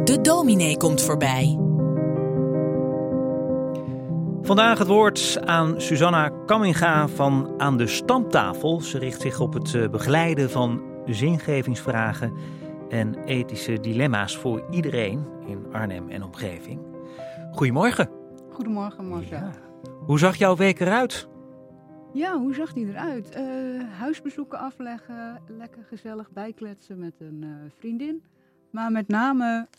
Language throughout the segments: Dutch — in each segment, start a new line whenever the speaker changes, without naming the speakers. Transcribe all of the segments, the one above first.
De dominee komt voorbij.
Vandaag het woord aan Susanna Kamminga van Aan de Stamtafel. Ze richt zich op het begeleiden van zingevingsvragen en ethische dilemma's voor iedereen in Arnhem en omgeving. Goedemorgen.
Goedemorgen, Marcel.
Ja. Hoe zag jouw week eruit?
Ja, hoe zag die eruit? Huisbezoeken afleggen, lekker gezellig bijkletsen met een vriendin. Maar met name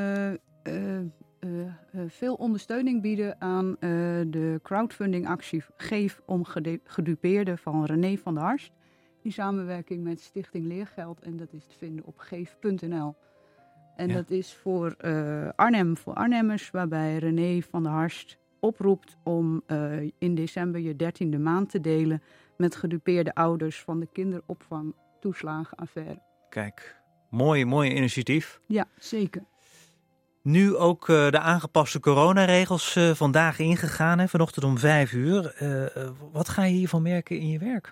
veel ondersteuning bieden aan de crowdfundingactie Geef om gedupeerden van René van der Harst. In samenwerking met Stichting Leergeld en dat is te vinden op geef.nl. En dat is voor Arnhem, voor Arnhemmers, waarbij René van der Harst oproept om in december je 13e maand te delen met gedupeerde ouders van de kinderopvangtoeslagenaffaire.
Kijk, mooi initiatief.
Ja, zeker.
Nu ook de aangepaste coronaregels vandaag ingegaan, hè, vanochtend om 5:00. Wat ga je hiervan merken in je werk?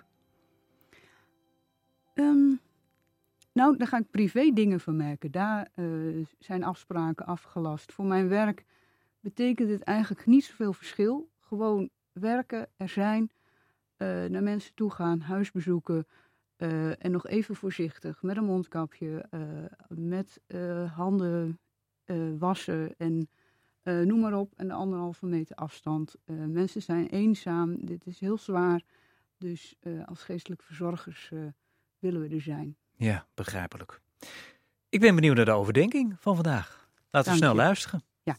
Nou, daar ga ik privé dingen van merken. Daar zijn afspraken afgelast. Voor mijn werk betekent het eigenlijk niet zoveel verschil. Gewoon werken, er zijn, naar mensen toe gaan, huisbezoeken. En nog even voorzichtig met een mondkapje, met handen wassen en noem maar op. En de 1,5 meter afstand. Mensen zijn eenzaam, dit is heel zwaar. Dus als geestelijk verzorgers willen we er zijn.
Ja, begrijpelijk. Ik ben benieuwd naar de overdenking van vandaag. Laten we snel luisteren.
Ja.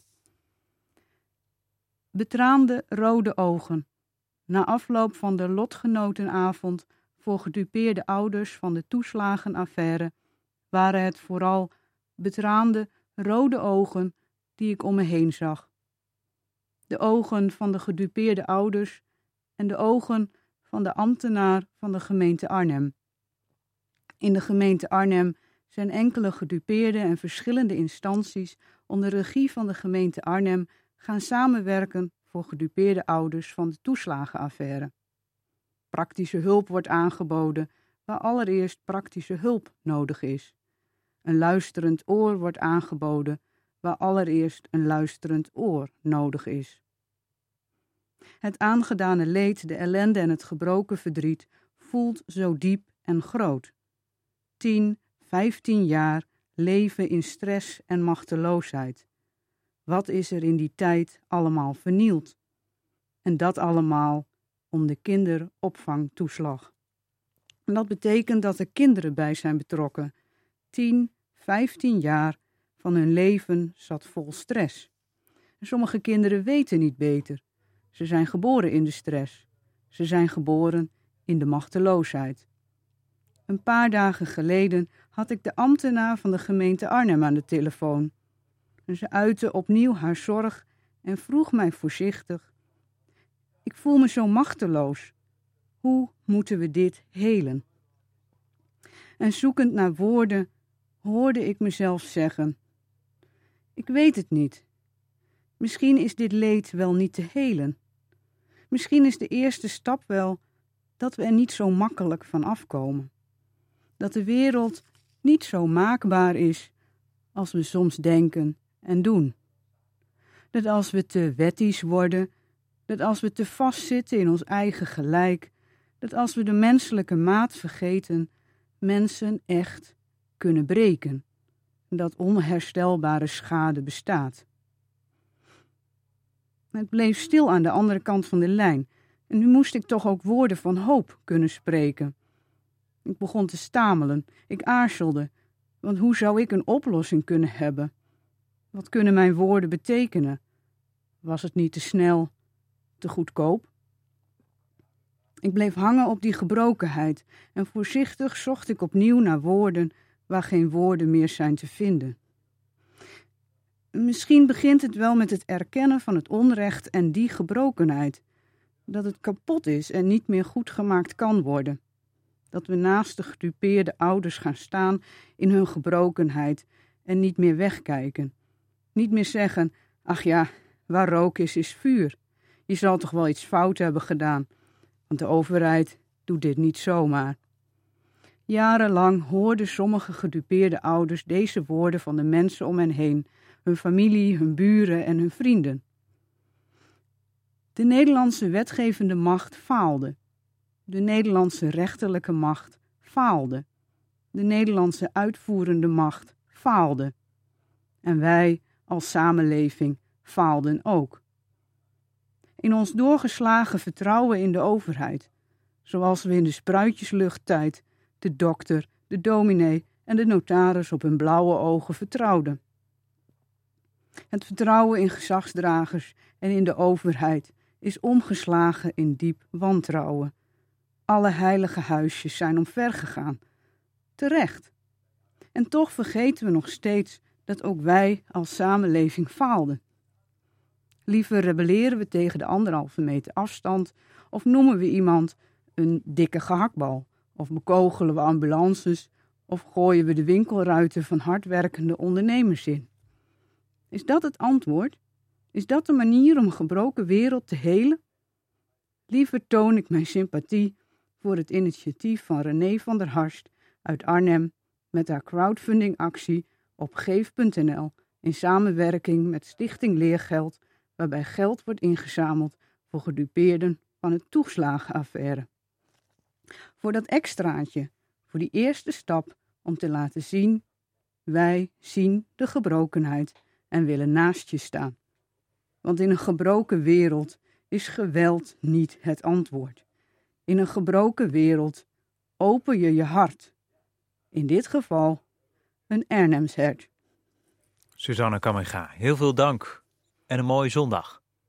Betraande rode ogen. Na afloop van de lotgenotenavond voor gedupeerde ouders van de toeslagenaffaire waren het vooral betraande rode ogen die ik om me heen zag. De ogen van de gedupeerde ouders en de ogen van de ambtenaar van de gemeente Arnhem. In de gemeente Arnhem zijn enkele gedupeerde en verschillende instanties onder regie van de gemeente Arnhem gaan samenwerken voor gedupeerde ouders van de toeslagenaffaire. Praktische hulp wordt aangeboden waar allereerst praktische hulp nodig is. Een luisterend oor wordt aangeboden waar allereerst een luisterend oor nodig is. Het aangedane leed, de ellende en het gebroken verdriet voelt zo diep en groot. 10, 15 jaar leven in stress en machteloosheid. Wat is er in die tijd allemaal vernield? En dat allemaal om de kinderopvangtoeslag. En dat betekent dat er kinderen bij zijn betrokken. 10, 15 jaar van hun leven zat vol stress. En sommige kinderen weten niet beter. Ze zijn geboren in de stress. Ze zijn geboren in de machteloosheid. Een paar dagen geleden had ik de ambtenaar van de gemeente Arnhem aan de telefoon. En ze uitte opnieuw haar zorg en vroeg mij voorzichtig: ik voel me zo machteloos. Hoe moeten we dit helen? En zoekend naar woorden hoorde ik mezelf zeggen: ik weet het niet. Misschien is dit leed wel niet te helen. Misschien is de eerste stap wel dat we er niet zo makkelijk van afkomen. Dat de wereld niet zo maakbaar is als we soms denken en doen. Dat als we te wettisch worden, dat als we te vastzitten in ons eigen gelijk, dat als we de menselijke maat vergeten, mensen echt kunnen breken. Dat onherstelbare schade bestaat. Het bleef stil aan de andere kant van de lijn en nu moest ik toch ook woorden van hoop kunnen spreken. Ik begon te stamelen, ik aarzelde, want hoe zou ik een oplossing kunnen hebben? Wat kunnen mijn woorden betekenen? Was het niet te snel, te goedkoop? Ik bleef hangen op die gebrokenheid en voorzichtig zocht ik opnieuw naar woorden waar geen woorden meer zijn te vinden. Misschien begint het wel met het erkennen van het onrecht en die gebrokenheid. Dat het kapot is en niet meer goed gemaakt kan worden. Dat we naast de gedupeerde ouders gaan staan in hun gebrokenheid en niet meer wegkijken. Niet meer zeggen: ach ja, waar rook is vuur. Je zal toch wel iets fout hebben gedaan, want de overheid doet dit niet zomaar. Jarenlang hoorden sommige gedupeerde ouders deze woorden van de mensen om hen heen, hun familie, hun buren en hun vrienden. De Nederlandse wetgevende macht faalde. De Nederlandse rechterlijke macht faalde. De Nederlandse uitvoerende macht faalde. En wij als samenleving faalden ook. In ons doorgeslagen vertrouwen in de overheid, zoals we in de spruitjesluchttijd de dokter, de dominee en de notaris op hun blauwe ogen vertrouwden. Het vertrouwen in gezagsdragers en in de overheid is omgeslagen in diep wantrouwen. Alle heilige huisjes zijn omvergegaan. Terecht. En toch vergeten we nog steeds dat ook wij als samenleving faalden. Liever rebelleren we tegen de 1,5 meter afstand of noemen we iemand een dikke gehaktbal. Of bekogelen we ambulances of gooien we de winkelruiten van hardwerkende ondernemers in. Is dat het antwoord? Is dat de manier om een gebroken wereld te helen? Liever toon ik mijn sympathie voor het initiatief van René van der Harst uit Arnhem met haar crowdfundingactie op geef.nl in samenwerking met Stichting Leergeld, waarbij geld wordt ingezameld voor gedupeerden van de toeslagenaffaire. Voor dat extraatje, voor die eerste stap om te laten zien, wij zien de gebrokenheid en willen naast je staan. Want in een gebroken wereld is geweld niet het antwoord. In een gebroken wereld open je je hart. In dit geval een Arnhems hert.
Suzanne Kamminga, heel veel dank en een mooie zondag.